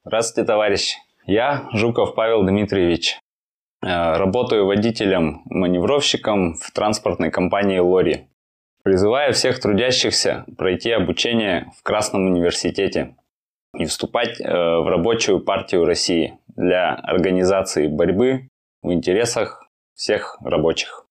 Здравствуйте, товарищи. Я Жуков Павел Дмитриевич. Работаю водителем-маневровщиком в транспортной компании «Лори». Призываю всех трудящихся пройти обучение в Красном университете и вступать в рабочую партию России для организации борьбы в интересах всех рабочих.